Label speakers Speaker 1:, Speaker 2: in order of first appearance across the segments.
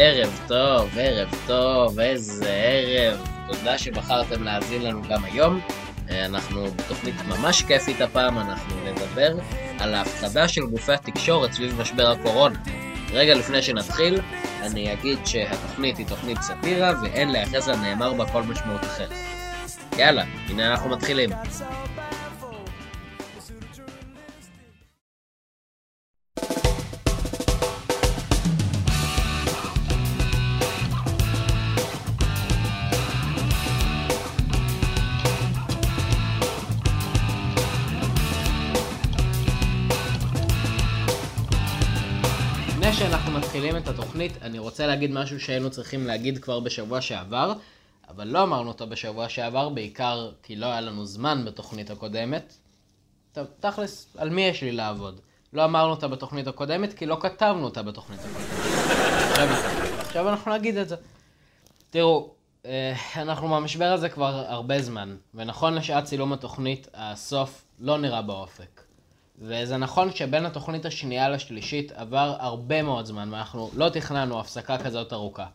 Speaker 1: ערב טוב, איזה ערב. תודה שבחרתם להאזין לנו גם היום. אנחנו בתוכנית ממש כיפית הפעם, אנחנו נדבר על ההפחדה של גופי התקשורת סביב משבר הקורונה. רגע לפני שנתחיל, אני אגיד שהתוכנית היא תוכנית סאטירה ואין להיחס לנאמר בה כל משמעות אחרת. יאללה, הנה אנחנו מתחילים. לפני שאנחנו מתחילים את התוכנית, אני רוצה להגיד משהו שהיינו צריכים להגיד כבר בשבוע שעבר, אבל לא אמרנו אותו בשבוע שעבר, בעיקר כי לא היה לנו זמן בתוכנית הקודמת. טוב, תכלס, על מי יש לי לעבוד? לא אמרנו אותה בתוכנית הקודמת, כי לא כתבנו אותה בתוכנית הקודמת. עכשיו אנחנו נגיד את זה. תראו, אנחנו במשבר הזה כבר הרבה זמן, ונכון לשעת צילום התוכנית, הסוף לא נראה באופק. וזה נכון שבין התוכנית השנייה לשלישית עבר הרבה מאוד זמן, ואנחנו לא תכננו הפסקה כזאת ארוכה.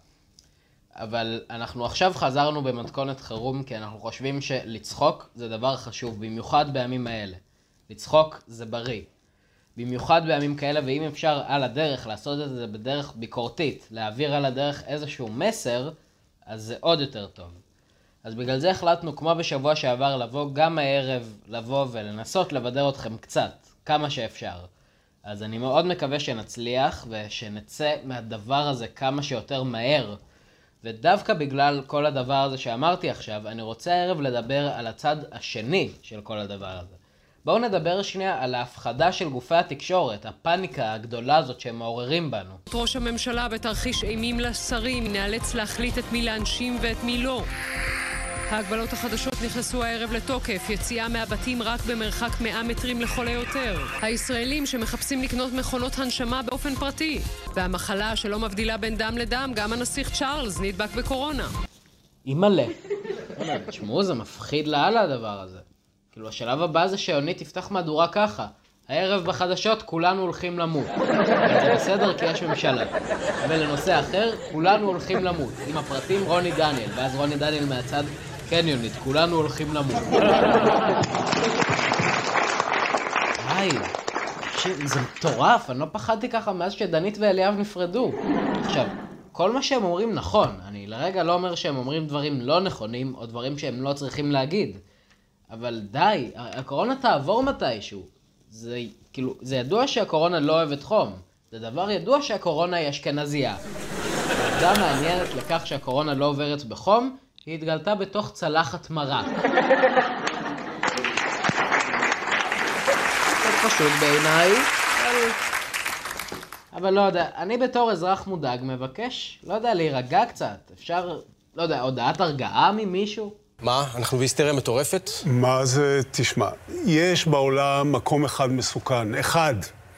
Speaker 1: אבל אנחנו עכשיו חזרנו במתכונת חירום, כי אנחנו חושבים שלצחוק זה דבר חשוב, במיוחד בימים האלה. לצחוק זה בריא. במיוחד בימים כאלה, ואם אפשר על הדרך לעשות את זה בדרך ביקורתית, להעביר על הדרך איזשהו מסר, אז זה עוד יותר טוב. אז בגלל זה החלטנו, כמו בשבוע שעבר, לבוא גם הערב, לבוא ולנסות לבדר אתכם קצת, כמה שאפשר. אז אני מאוד מקווה שנצליח ושנצא מהדבר הזה כמה שיותר מהר. ודווקא בגלל כל הדבר הזה שאמרתי עכשיו, אני רוצה הערב לדבר על הצד השני של כל הדבר הזה. בואו נדבר שנייה על ההפחדה של גופי התקשורת, הפאניקה הגדולה הזאת שהם מעוררים בנו.
Speaker 2: ראש הממשלה בתרחיש אימים לשרים נאלץ להחליט את מי להנשים ואת מי לא. ההגבלות החדשות נכנסו הערב לתוקף, יציאה מהבתים רק במרחק 100 מטרים לכל היותר. הישראלים שמחפשים לקנות מכונות הנשמה באופן פרטי. והמחלה שלא מבדילה בין דם לדם, גם הנסיך צ'ארלס נדבק בקורונה.
Speaker 1: אימא'לה. תשמעו, זה מפחיד לאללה הדבר הזה. כאילו השלב הבא זה שיונית תפתח מהדורה ככה. הערב בחדשות כולנו הולכים למות. זה בסדר כי יש ממשלה. ולנושא אחר, כולנו הולכים למות. עם הפרטים רוני דניאל, ואז רוני דניאל מהצד, כן יונית, כולנו הולכים למות. היי, זה מטורף, אני לא פחדתי ככה מאז שדנית ואליאב נפרדו. עכשיו, כל מה שהם אומרים נכון, אני לרגע לא אומר שהם אומרים דברים לא נכונים, או דברים שהם לא צריכים להגיד. אבל די, הקורונה תעבור מתישהו. זה ידוע שהקורונה לא אוהבת חום. זה דבר ידוע שהקורונה היא אשכנזייה. העובדה מעניינת לכך שהקורונה לא עוברת בחום, היא התגלתה בתוך צלחת מרק. זה פשוט בעיניי. אבל לא יודע, אני בתור אזרח מודאג מבקש, לא יודע, להירגע קצת. אפשר, לא יודע, הודעת הרגעה ממישהו?
Speaker 3: מה? אנחנו בהיסטריה מטורפת?
Speaker 4: מה זה? תשמע, יש בעולם מקום אחד מסוכן, אחד.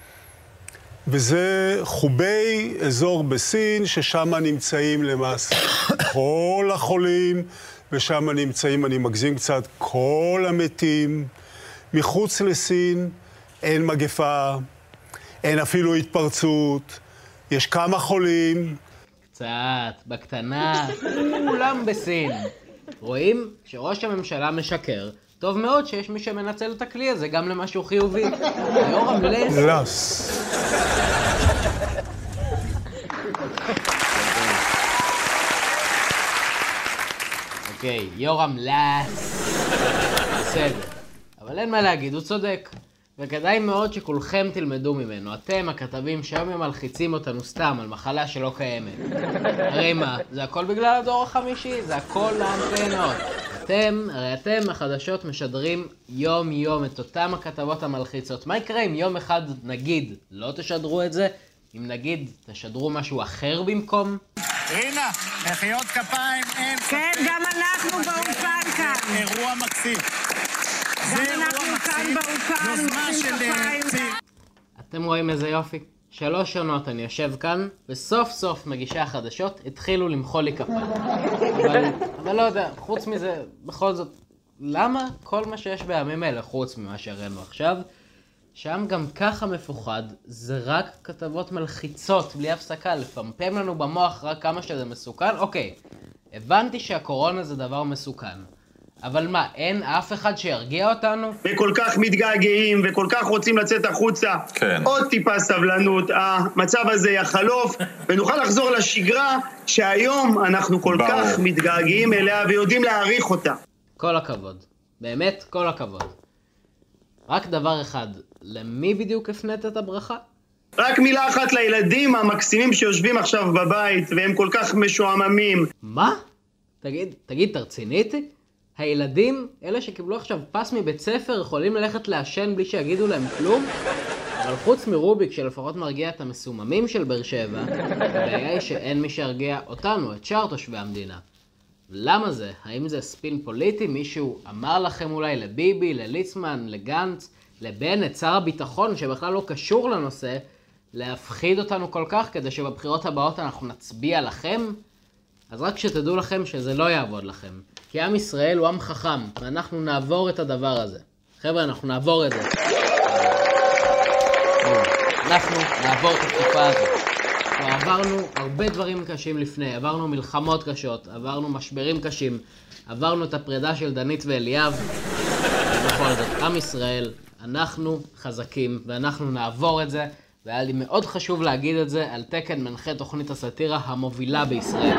Speaker 4: וזה חובי אזור בסין, ששם נמצאים למעשה כל החולים, ושם נמצאים, אני מגזים קצת, כל המתים. מחוץ לסין אין מגפה, אין אפילו התפרצות, יש כמה חולים.
Speaker 1: קצת, בקטנה, כולם בסין. רואים שראש הממשלה משקר. טוב מאוד שיש מי שמנצל את הכלי הזה גם למשהו חיובי. יורם לס. אוקיי, יורם לס. בסדר. אבל אין מה להגיד, הוא צודק. וכדאי מאוד שכולכם תלמדו ממנו. אתם, הכתבים, שהיום הם מלחיצים אותנו סתם על מחלה שלא קיימת. הרי מה? זה הכל בגלל הדור החמישי? זה הכל לאנטנות. הרי אתם, החדשות, משדרים יום יום את אותם הכתבות המלחיצות. מה יקרה אם יום אחד, נגיד, לא תשדרו את זה? אם נגיד, תשדרו משהו אחר במקום?
Speaker 5: רינה, מחיאות כפיים, אין ספק.
Speaker 6: כן, גם אנחנו באופן כאן.
Speaker 5: אירוע מקסים.
Speaker 6: גם אנחנו כאן באופן, מחיאים כפיים.
Speaker 1: אתם רואים איזה יופי? 3 שנות אני יושב כאן, וסוף סוף מגישי החדשות התחילו למחוא לי כפיים. אבל לא יודע, חוץ מזה, בכל זאת, למה כל מה שיש בימים האלה, חוץ ממה שהראינו עכשיו, שם גם ככה מפוחד, זה רק כתבות מלחיצות, בלי הפסקה, לפמפם לנו במוח רק כמה שזה מסוכן. אוקיי, הבנתי שהקורונה זה דבר מסוכן. אבל מה, אין אף אחד שירגיע אותנו?
Speaker 7: וכל כך מתגעגעים, וכל כך רוצים לצאת החוצה.
Speaker 8: כן.
Speaker 7: עוד טיפה סבלנות, המצב הזה יחלוף, ונוכל לחזור לשגרה שהיום אנחנו כל כך מתגעגעים אליה ויודעים להעריך אותה.
Speaker 1: כל הכבוד. באמת, כל הכבוד. רק דבר אחד, למי בדיוק הפנית את הברכה?
Speaker 7: רק מילה אחת לילדים המקסימים שיושבים עכשיו בבית, והם כל כך משועממים.
Speaker 1: מה? תגיד, תרצינית? הילדים, אלה שקיבלו עכשיו פס מבית ספר, יכולים ללכת לעשן בלי שיגידו להם כלום? אבל חוץ מרוביק שלפחות מרגיע את המסוממים של באר שבע, הבעיה היא שאין מי שירגיע אותנו, את שאר תושבי המדינה. למה זה? האם זה ספין פוליטי? מישהו אמר לכם אולי לביבי, לליצמן, לגנץ, לבנט, שר הביטחון שבכלל לא קשור לנושא, להפחיד אותנו כל כך כדי שבבחירות הבאות אנחנו נצביע לכם? אז רק שתדעו לכם שזה לא יעבוד לכם. כי עם ישראל הוא עם חכם, ואנחנו נעבור את הדבר הזה. חבר'ה, אנחנו נעבור את זה. אנחנו נעבור את התקופה הזאת. עברנו הרבה דברים קשים לפני, עברנו מלחמות קשות, עברנו משברים קשים, עברנו את הפרידה של דנית ואליאב. ובכל זאת, עם ישראל, אנחנו חזקים, ואנחנו נעבור את זה. והיה לי מאוד חשוב להגיד את זה על תקן מנחה תוכנית הסאטירה המובילה בישראל.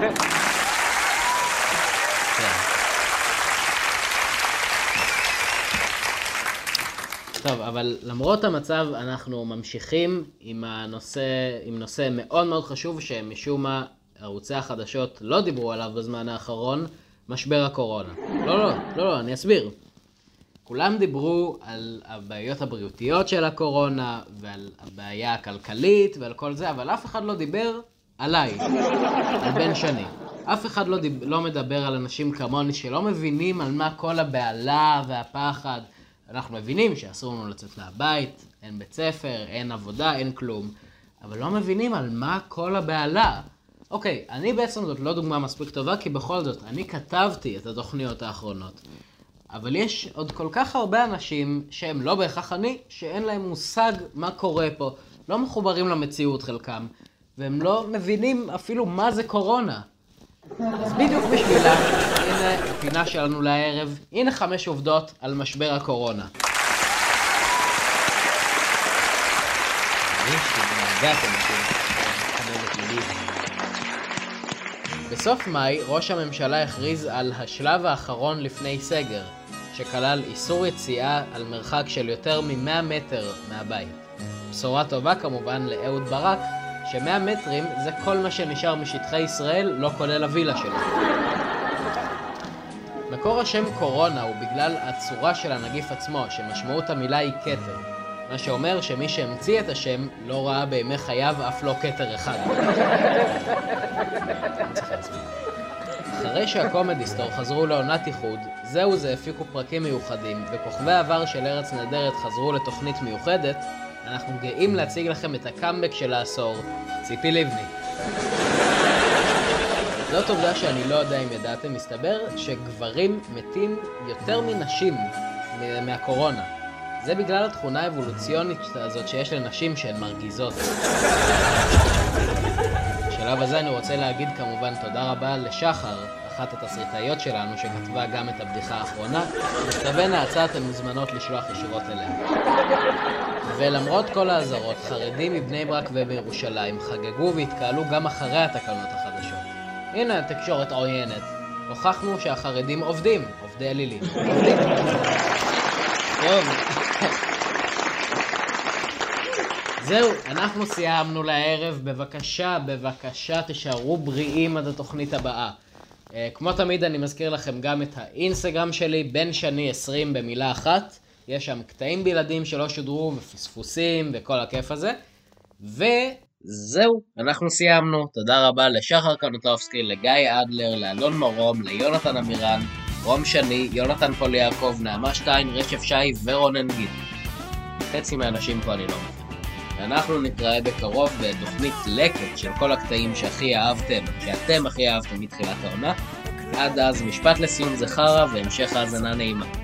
Speaker 1: טוב, אבל למרות המצב אנחנו ממשיכים עם נושא מאוד מאוד חשוב שמשום מה ערוצי החדשות לא דיברו עליו בזמן האחרון, משבר הקורונה. לא, אני אסביר. כולם דיברו על הבעיות הבריאותיות של הקורונה ועל הבעיה הכלכלית ועל כל זה, אבל אף אחד לא דיבר עליי, על בן שני. אף אחד לא מדבר על אנשים כמוני שלא מבינים על מה כל הבעלה והפחד. אנחנו מבינים שאסור לנו לצאת מהבית, אין בית ספר, אין עבודה, אין כלום, אבל לא מבינים על מה כל הבעלה. אוקיי, אני בעצם זאת לא דוגמה מספיק טובה, כי בכל זאת, אני כתבתי את התוכניות האחרונות. אבל יש עוד כל כך הרבה אנשים שהם לא בהכרח אני, שאין להם מושג מה קורה פה, לא מחוברים למציאות חלקם, והם לא מבינים אפילו מה זה קורונה. אז בדיוק בשבילה, הנה הפינה שלנו לערב, הנה 5 עובדות על משבר הקורונה. בסוף מאי, ראש הממשלה הכריז על השלב האחרון לפני סגר, שכלל איסור יציאה על מרחק של יותר מ-100 מטר מהבית. בשורה טובה כמובן לאהוד ברק, ש100 מטרים זה כל מה שנשאר משטחי ישראל, לא כולל הווילה שלו. מקור השם קורונה הוא בגלל הצורה של הנגיף עצמו, שמשמעות המילה היא כתר. מה שאומר שמי שהמציא את השם לא ראה בימי חייו אף לא כתר אחד. אחרי שהקומדיסטור חזרו לעונת איחוד, זה הפיקו פרקים מיוחדים, וכוכבי העבר של ארץ נהדרת חזרו לתוכנית מיוחדת, אנחנו גאים להציג לכם את הקאמבק של העשור, ציפי לבני. זאת עובדה שאני לא יודע אם ידעתם, מסתבר שגברים מתים יותר מנשים מהקורונה. זה בגלל התכונה האבולוציונית הזאת שיש לנשים שהן מרגיזות. בשלב הזה אני רוצה להגיד כמובן תודה רבה לשחר, אחת התסריטאיות שלנו שכתבה גם את הבדיחה האחרונה, מכתבי נאצה אתן מוזמנות לשלוח ישירות אליה. ולמרות כל העזרות, חרדים מבני ברק ובירושלים חגגו והתקהלו גם אחרי התקנות החדשות. הנה התקשורת עוינת. הוכחנו שהחרדים עובדים, עובדי אלילים. טוב. זהו, אנחנו סיימנו לערב. בבקשה תשארו בריאים עד התוכנית הבאה. כמו תמיד אני מזכיר לכם גם את האינסטגרם שלי, בן שני 20 במילה אחת. יש שם קטעים בלעדים שלא שודרו ופספוסים וכל הכיף הזה. וזהו, אנחנו סיימנו. תודה רבה לשחר קנוטובסקי, לגיא אדלר, לאלון מורום, ליונתן אמירן, רום שני, יונתן פול יעקב, נעמה שטיין, רשף שי ורונן גיד. חצי מהאנשים פה אני לא מבין. ואנחנו נתראה בקרוב בתוכנית לקט של כל הקטעים שאתם הכי אהבתם מתחילת העונה. עד אז משפט לסיום זכרה והמשך האזנה נעימה.